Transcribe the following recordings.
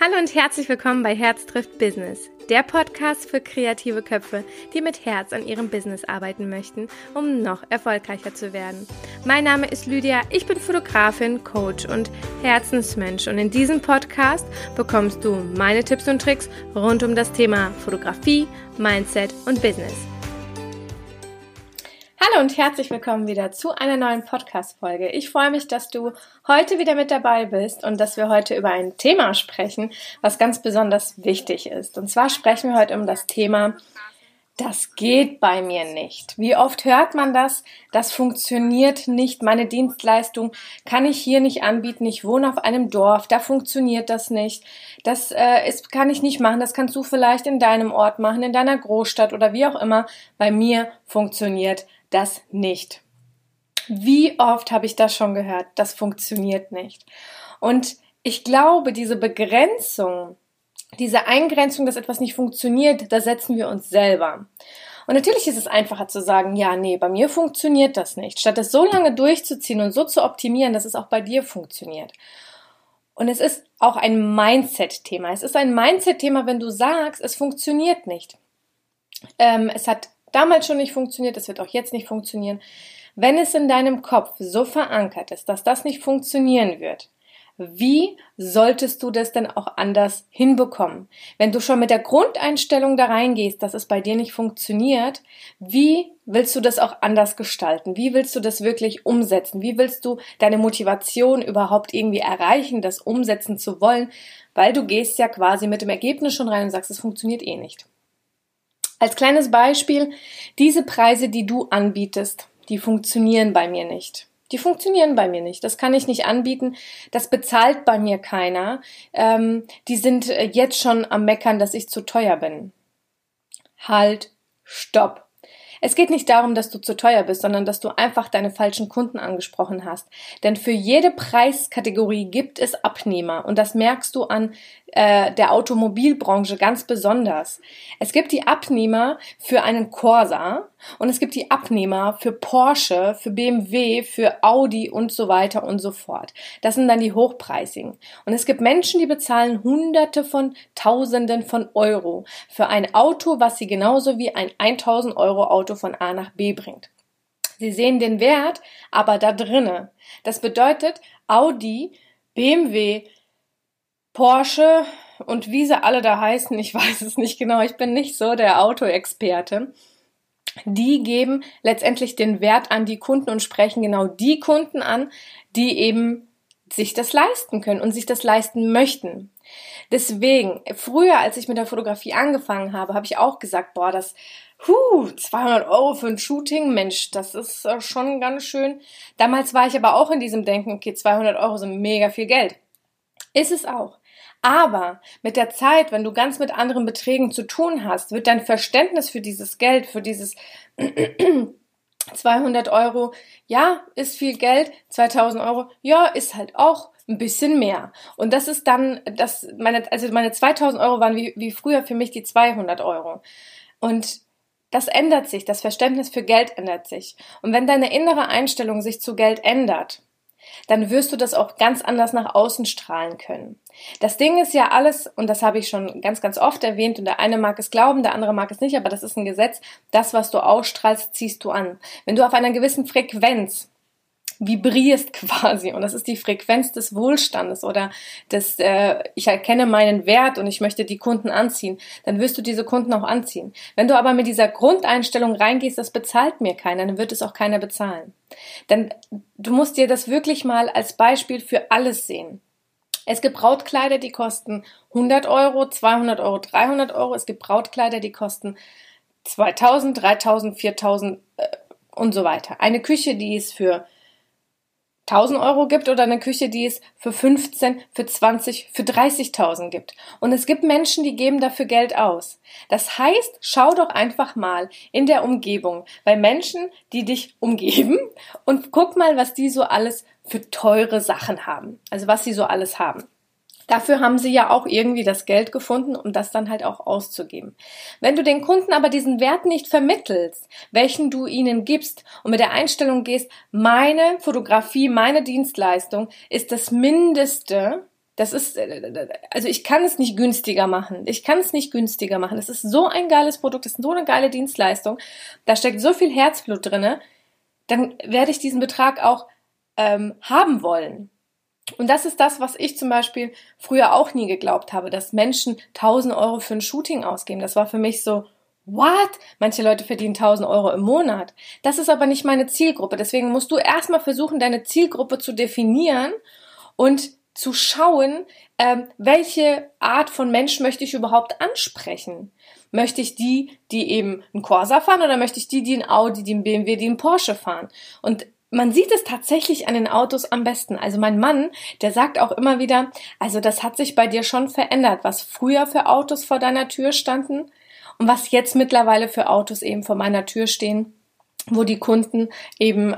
Hallo und herzlich willkommen bei Herz trifft Business, der Podcast für kreative Köpfe, die mit Herz an ihrem Business arbeiten möchten, um noch erfolgreicher zu werden. Mein Name ist Lydia, ich bin Fotografin, Coach und Herzensmensch und in diesem Podcast bekommst du meine Tipps und Tricks rund um das Thema Fotografie, Mindset und Business. Hallo und herzlich willkommen wieder zu einer neuen Podcast-Folge. Ich freue mich, dass du heute wieder mit dabei bist und dass wir heute über ein Thema sprechen, was ganz besonders wichtig ist. Und zwar sprechen wir heute um das Thema, das geht bei mir nicht. Wie oft hört man das? Das funktioniert nicht. Meine Dienstleistung kann ich hier nicht anbieten. Ich wohne auf einem Dorf, da funktioniert das nicht. Das kann ich nicht machen. Das kannst du vielleicht in deinem Ort machen, in deiner Großstadt oder wie auch immer. Bei mir funktioniert das nicht. Wie oft habe ich das schon gehört? Das funktioniert nicht. Und ich glaube, diese Begrenzung, diese Eingrenzung, dass etwas nicht funktioniert, da setzen wir uns selber. Und natürlich ist es einfacher zu sagen, ja, nee, bei mir funktioniert das nicht, statt es so lange durchzuziehen und so zu optimieren, dass es auch bei dir funktioniert. Und es ist auch ein Mindset-Thema. Es ist ein Mindset-Thema, wenn du sagst, es funktioniert nicht. Es hat damals schon nicht funktioniert, es wird auch jetzt nicht funktionieren. Wenn es in deinem Kopf so verankert ist, dass das nicht funktionieren wird, wie solltest du das denn auch anders hinbekommen? Wenn du schon mit der Grundeinstellung da reingehst, dass es bei dir nicht funktioniert, wie willst du das auch anders gestalten? Wie willst du das wirklich umsetzen? Wie willst du deine Motivation überhaupt irgendwie erreichen, das umsetzen zu wollen? Weil du gehst ja quasi mit dem Ergebnis schon rein und sagst, es funktioniert eh nicht. Als kleines Beispiel, diese Preise, die du anbietest, die funktionieren bei mir nicht. Die funktionieren bei mir nicht. Das kann ich nicht anbieten. Das bezahlt bei mir keiner. Die sind jetzt schon am Meckern, dass ich zu teuer bin. Halt, stopp. Es geht nicht darum, dass du zu teuer bist, sondern dass du einfach deine falschen Kunden angesprochen hast. Denn für jede Preiskategorie gibt es Abnehmer und das merkst du an der Automobilbranche ganz besonders. Es gibt die Abnehmer für einen Corsa und es gibt die Abnehmer für Porsche, für BMW, für Audi und so weiter und so fort. Das sind dann die Hochpreisigen. Und es gibt Menschen, die bezahlen Hunderte von Tausenden von Euro für ein Auto, was sie genauso wie ein 1000 Euro Auto von A nach B bringt. Sie sehen den Wert, aber da drinne. Das bedeutet Audi, BMW, Porsche und wie sie alle da heißen, ich weiß es nicht genau, ich bin nicht so der Autoexperte. Die geben letztendlich den Wert an die Kunden und sprechen genau die Kunden an, die eben sich das leisten können und sich das leisten möchten. Deswegen, früher, als ich mit der Fotografie angefangen habe, habe ich auch gesagt, boah, 200 Euro für ein Shooting, Mensch, das ist schon ganz schön. Damals war ich aber auch in diesem Denken, okay, 200 Euro sind mega viel Geld. Ist es auch. Aber mit der Zeit, wenn du ganz mit anderen Beträgen zu tun hast, wird dein Verständnis für dieses Geld, für dieses 200 Euro, ja, ist viel Geld, 2000 Euro, ja, ist halt auch ein bisschen mehr. Und das ist dann, meine 2000 Euro waren wie früher für mich die 200 Euro. Und das ändert sich, das Verständnis für Geld ändert sich. Und wenn deine innere Einstellung sich zu Geld ändert, dann wirst du das auch ganz anders nach außen strahlen können. Das Ding ist ja alles, und das habe ich schon ganz, ganz oft erwähnt, und der eine mag es glauben, der andere mag es nicht, aber das ist ein Gesetz, das, was du ausstrahlst, ziehst du an. Wenn du auf einer gewissen Frequenz vibrierst quasi, und das ist die Frequenz des Wohlstandes oder ich erkenne meinen Wert und ich möchte die Kunden anziehen, dann wirst du diese Kunden auch anziehen. Wenn du aber mit dieser Grundeinstellung reingehst, das bezahlt mir keiner, dann wird es auch keiner bezahlen. Denn du musst dir das wirklich mal als Beispiel für alles sehen. Es gibt Brautkleider, die kosten 100 Euro, 200 Euro, 300 Euro. Es gibt Brautkleider, die kosten 2000, 3000, 4000 und so weiter. Eine Küche, die es für 1000 Euro gibt oder eine Küche, die es für 15, für 20, für 30.000 gibt. Und es gibt Menschen, die geben dafür Geld aus. Das heißt, schau doch einfach mal in der Umgebung bei Menschen, die dich umgeben und guck mal, was die so alles für teure Sachen haben. Also was sie so alles haben. Dafür haben sie ja auch irgendwie das Geld gefunden, um das dann halt auch auszugeben. Wenn du den Kunden aber diesen Wert nicht vermittelst, welchen du ihnen gibst und mit der Einstellung gehst, meine Fotografie, meine Dienstleistung ist das Mindeste, Das ist, also ich kann es nicht günstiger machen. Es ist so ein geiles Produkt, es ist so eine geile Dienstleistung. Da steckt so viel Herzblut drinne. Dann werde ich diesen Betrag auch haben wollen. Und das ist das, was ich zum Beispiel früher auch nie geglaubt habe, dass Menschen 1.000 € für ein Shooting ausgeben. Das war für mich so, what? Manche Leute verdienen 1.000 € im Monat. Das ist aber nicht meine Zielgruppe. Deswegen musst du erstmal versuchen, deine Zielgruppe zu definieren und zu schauen, welche Art von Mensch möchte ich überhaupt ansprechen. Möchte ich die eben einen Corsa fahren oder möchte ich die einen Audi, die einen BMW, die einen Porsche fahren? Und man sieht es tatsächlich an den Autos am besten. Also mein Mann, der sagt auch immer wieder, also das hat sich bei dir schon verändert, was früher für Autos vor deiner Tür standen und was jetzt mittlerweile für Autos eben vor meiner Tür stehen, wo die Kunden eben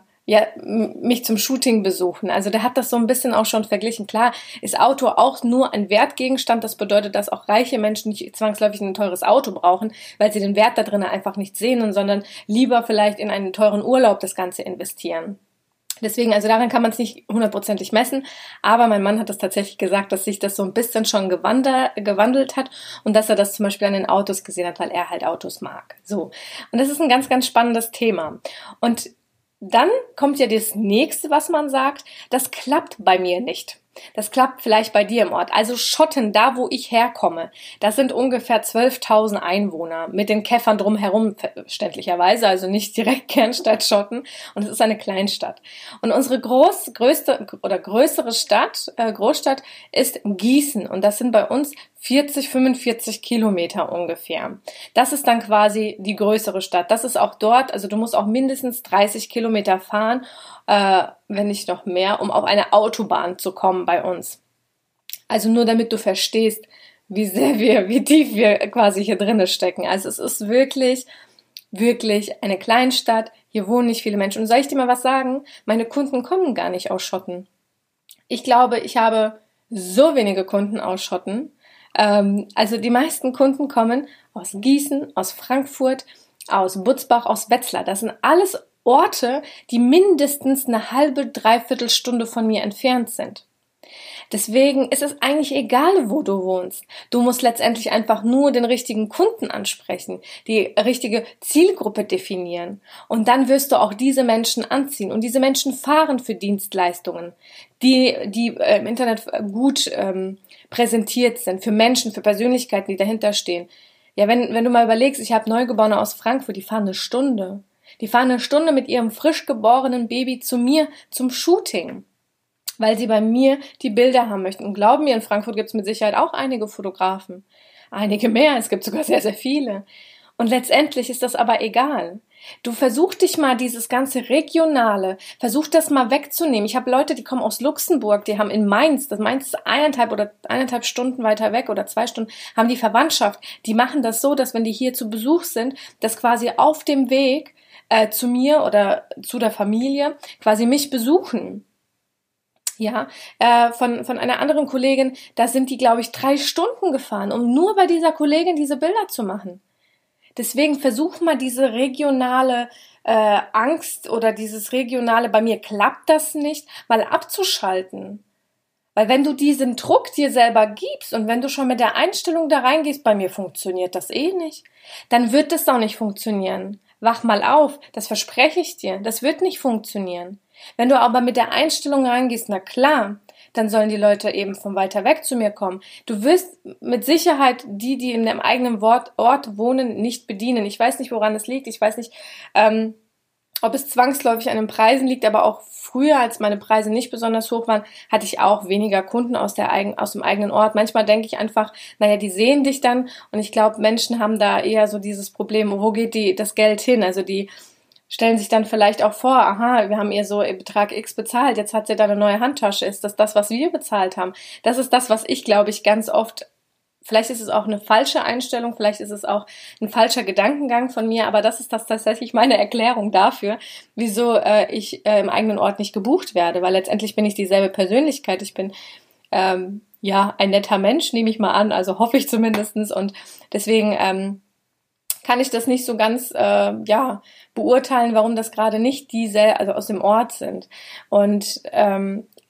mich zum Shooting besuchen. Also der hat das so ein bisschen auch schon verglichen. Klar ist Auto auch nur ein Wertgegenstand. Das bedeutet, dass auch reiche Menschen nicht zwangsläufig ein teures Auto brauchen, weil sie den Wert da drin einfach nicht sehen, sondern lieber vielleicht in einen teuren Urlaub das Ganze investieren. Deswegen, also daran kann man es nicht 100%ig messen, aber mein Mann hat das tatsächlich gesagt, dass sich das so ein bisschen schon gewandelt hat und dass er das zum Beispiel an den Autos gesehen hat, weil er halt Autos mag. So. Und das ist ein ganz, ganz spannendes Thema. Und dann kommt ja das nächste, was man sagt, das klappt bei mir nicht. Das klappt vielleicht bei dir im Ort. Also Schotten, da wo ich herkomme, das sind ungefähr 12.000 Einwohner mit den Käffern drumherum, verständlicherweise, also nicht direkt Kernstadt Schotten. Und es ist eine Kleinstadt. Und unsere größere Stadt, Großstadt ist Gießen. Und das sind bei uns 45 Kilometer ungefähr. Das ist dann quasi die größere Stadt. Das ist auch dort, also du musst auch mindestens 30 Kilometer fahren, wenn nicht noch mehr, um auf eine Autobahn zu kommen bei uns. Also nur damit du verstehst, wie tief wir quasi hier drinnen stecken. Also es ist wirklich, wirklich eine Kleinstadt. Hier wohnen nicht viele Menschen. Und soll ich dir mal was sagen? Meine Kunden kommen gar nicht aus Schotten. Ich glaube, ich habe so wenige Kunden aus Schotten. Also die meisten Kunden kommen aus Gießen, aus Frankfurt, aus Butzbach, aus Wetzlar. Das sind alles Orte, die mindestens eine halbe, dreiviertel Stunde von mir entfernt sind. Deswegen ist es eigentlich egal, wo du wohnst. Du musst letztendlich einfach nur den richtigen Kunden ansprechen, die richtige Zielgruppe definieren. Und dann wirst du auch diese Menschen anziehen. Und diese Menschen fahren für Dienstleistungen, die im Internet gut präsentiert sind, für Menschen, für Persönlichkeiten, die dahinter stehen. Ja, wenn du mal überlegst, ich habe Neugeborene aus Frankfurt, die fahren eine Stunde. Die fahren eine Stunde mit ihrem frisch geborenen Baby zu mir zum Shooting, weil sie bei mir die Bilder haben möchten. Und glauben mir, in Frankfurt gibt es mit Sicherheit auch einige Fotografen. Einige mehr, es gibt sogar sehr, sehr viele. Und letztendlich ist das aber egal. Du versuch dich mal dieses ganze Regionale, versuch das mal wegzunehmen. Ich habe Leute, die kommen aus Luxemburg, die haben in Mainz, das Mainz ist 1,5 Stunden weiter weg oder 2 Stunden, haben die Verwandtschaft. Die machen das so, dass wenn die hier zu Besuch sind, dass quasi auf dem Weg zu mir oder zu der Familie quasi mich besuchen. Ja, von einer anderen Kollegin, da sind die, glaube ich, 3 Stunden gefahren, um nur bei dieser Kollegin diese Bilder zu machen. Deswegen versuch mal diese regionale Angst oder dieses regionale, bei mir klappt das nicht, mal abzuschalten. Weil wenn du diesen Druck dir selber gibst und wenn du schon mit der Einstellung da reingehst, bei mir funktioniert das eh nicht, dann wird das auch nicht funktionieren. Wach mal auf, das verspreche ich dir, das wird nicht funktionieren. Wenn du aber mit der Einstellung reingehst, na klar, dann sollen die Leute eben von weiter weg zu mir kommen. Du wirst mit Sicherheit die in deinem eigenen Ort wohnen, nicht bedienen. Ich weiß nicht, woran es liegt. Ich weiß nicht, ob es zwangsläufig an den Preisen liegt, aber auch früher, als meine Preise nicht besonders hoch waren, hatte ich auch weniger Kunden aus dem eigenen Ort. Manchmal denke ich einfach, naja, die sehen dich dann und ich glaube, Menschen haben da eher so dieses Problem, wo geht das Geld hin? Also die stellen sich dann vielleicht auch vor, aha, wir haben ihr so Betrag X bezahlt, jetzt hat sie da eine neue Handtasche. Ist das, was wir bezahlt haben? Das ist das, was ich, glaube ich, ganz oft, vielleicht ist es auch eine falsche Einstellung, vielleicht ist es auch ein falscher Gedankengang von mir, aber das ist tatsächlich meine Erklärung dafür, wieso ich im eigenen Ort nicht gebucht werde, weil letztendlich bin ich dieselbe Persönlichkeit, ich bin ein netter Mensch, nehme ich mal an, also hoffe ich zumindestens und deswegen kann ich das nicht so ganz beurteilen, warum das gerade nicht also aus dem Ort sind. Und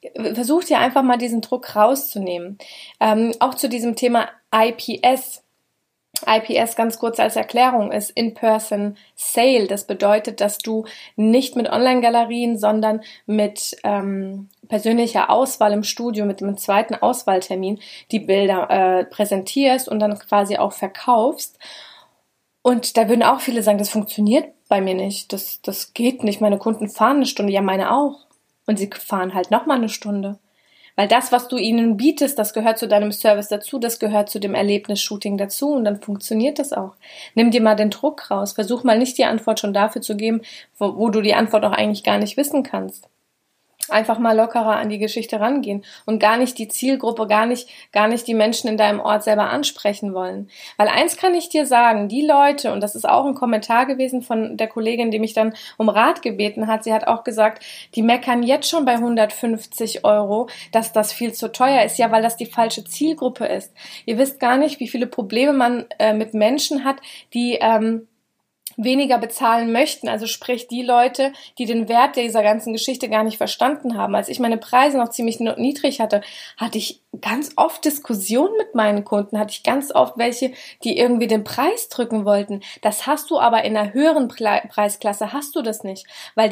versuch dir einfach mal diesen Druck rauszunehmen. Auch zu diesem Thema IPS. IPS, ganz kurz als Erklärung, ist In-Person Sale. Das bedeutet, dass du nicht mit Online-Galerien, sondern mit persönlicher Auswahl im Studio, mit einem zweiten Auswahltermin die Bilder präsentierst und dann quasi auch verkaufst. Und da würden auch viele sagen, das funktioniert bei mir nicht, das geht nicht, meine Kunden fahren eine Stunde, ja meine auch. Und sie fahren halt nochmal eine Stunde. Weil das, was du ihnen bietest, das gehört zu deinem Service dazu, das gehört zu dem Erlebnis-Shooting dazu und dann funktioniert das auch. Nimm dir mal den Druck raus, versuch mal nicht die Antwort schon dafür zu geben, wo du die Antwort auch eigentlich gar nicht wissen kannst. Einfach mal lockerer an die Geschichte rangehen und gar nicht die Zielgruppe, gar nicht die Menschen in deinem Ort selber ansprechen wollen. Weil eins kann ich dir sagen, die Leute, und das ist auch ein Kommentar gewesen von der Kollegin, die mich dann um Rat gebeten hat, sie hat auch gesagt, die meckern jetzt schon bei 150 €, dass das viel zu teuer ist, ja, weil das die falsche Zielgruppe ist. Ihr wisst gar nicht, wie viele Probleme man mit Menschen hat, die weniger bezahlen möchten, also sprich die Leute, die den Wert dieser ganzen Geschichte gar nicht verstanden haben. Als ich meine Preise noch ziemlich niedrig hatte, hatte ich ganz oft Diskussionen mit meinen Kunden, hatte ich ganz oft welche, die irgendwie den Preis drücken wollten. Das hast du aber in einer höheren Preisklasse, hast du das nicht, weil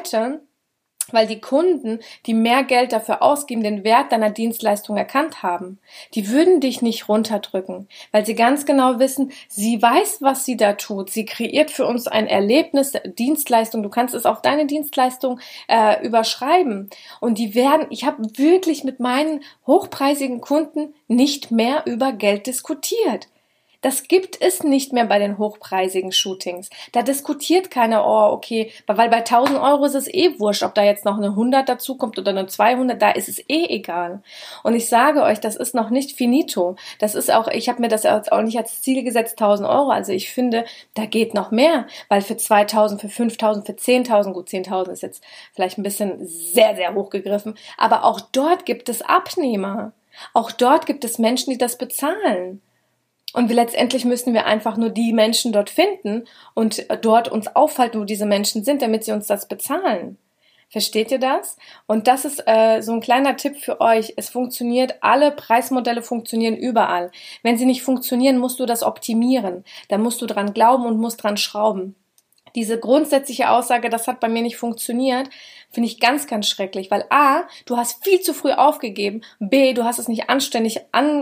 die Kunden, die mehr Geld dafür ausgeben, den Wert deiner Dienstleistung erkannt haben. Die würden dich nicht runterdrücken, weil sie ganz genau wissen, sie weiß, was sie da tut. Sie kreiert für uns ein Erlebnis, Dienstleistung. Du kannst es auf deine Dienstleistung überschreiben. Und ich habe wirklich mit meinen hochpreisigen Kunden nicht mehr über Geld diskutiert. Das gibt es nicht mehr bei den hochpreisigen Shootings. Da diskutiert keiner, oh, okay, weil bei 1.000 € ist es eh wurscht, ob da jetzt noch eine 100 dazukommt oder eine 200, da ist es eh egal. Und ich sage euch, das ist noch nicht finito. Das ist auch, ich habe mir das auch nicht als Ziel gesetzt, 1.000 €. Also ich finde, da geht noch mehr, weil für 2.000, für 5.000, für 10.000, gut, 10.000 ist jetzt vielleicht ein bisschen sehr, sehr hoch gegriffen, aber auch dort gibt es Abnehmer. Auch dort gibt es Menschen, die das bezahlen. Und letztendlich müssen wir einfach nur die Menschen dort finden und dort uns aufhalten, wo diese Menschen sind, damit sie uns das bezahlen. Versteht ihr das? Und das ist so ein kleiner Tipp für euch. Es funktioniert, alle Preismodelle funktionieren überall. Wenn sie nicht funktionieren, musst du das optimieren. Da musst du dran glauben und musst dran schrauben. Diese grundsätzliche Aussage, das hat bei mir nicht funktioniert, finde ich ganz, ganz schrecklich, weil A, du hast viel zu früh aufgegeben, B, du hast es nicht anständig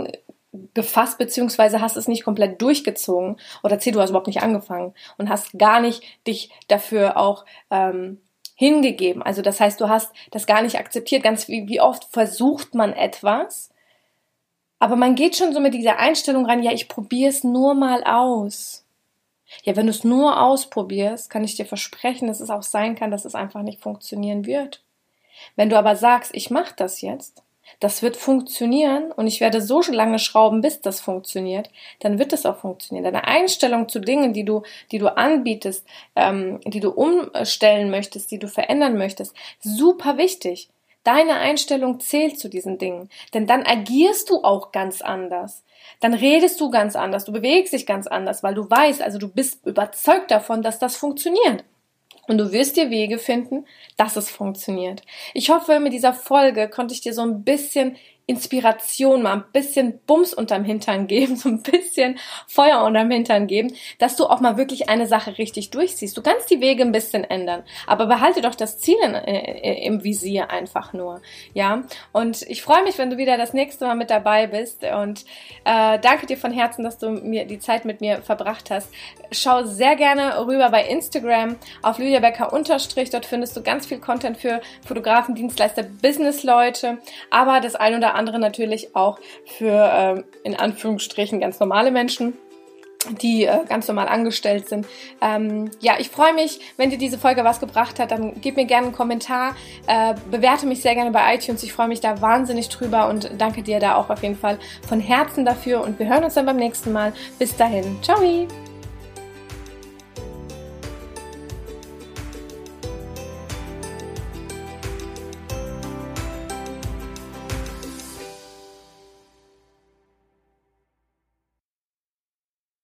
angefasst, beziehungsweise hast es nicht komplett durchgezogen, oder C, du hast überhaupt nicht angefangen und hast gar nicht dich dafür auch hingegeben. Also das heißt, du hast das gar nicht akzeptiert. Ganz wie oft versucht man etwas, aber man geht schon so mit dieser Einstellung rein, ja, ich probiere es nur mal aus. Ja, wenn du es nur ausprobierst, kann ich dir versprechen, dass es auch sein kann, dass es einfach nicht funktionieren wird. Wenn du aber sagst, ich mache das jetzt, das wird funktionieren und ich werde so lange schrauben, bis das funktioniert, dann wird es auch funktionieren. Deine Einstellung zu Dingen, die du anbietest, die du umstellen möchtest, die du verändern möchtest, super wichtig. Deine Einstellung zählt zu diesen Dingen, denn dann agierst du auch ganz anders. Dann redest du ganz anders, du bewegst dich ganz anders, weil du weißt, also du bist überzeugt davon, dass das funktioniert. Und du wirst dir Wege finden, dass es funktioniert. Ich hoffe, mit dieser Folge konnte ich dir so ein bisschen Inspiration, mal ein bisschen Bums unterm Hintern geben, so ein bisschen Feuer unterm Hintern geben, dass du auch mal wirklich eine Sache richtig durchziehst. Du kannst die Wege ein bisschen ändern, aber behalte doch das Ziel im Visier einfach nur, ja. Und ich freue mich, wenn du wieder das nächste Mal mit dabei bist und danke dir von Herzen, dass du mir die Zeit mit mir verbracht hast. Schau sehr gerne rüber bei Instagram auf LydiaBecker_, dort findest du ganz viel Content für Fotografen, Dienstleister, Businessleute, aber das ein oder andere natürlich auch für, in Anführungsstrichen, ganz normale Menschen, die ganz normal angestellt sind. Ja, ich freue mich, wenn dir diese Folge was gebracht hat, dann gib mir gerne einen Kommentar, bewerte mich sehr gerne bei iTunes, ich freue mich da wahnsinnig drüber und danke dir da auch auf jeden Fall von Herzen dafür und wir hören uns dann beim nächsten Mal. Bis dahin, ciao!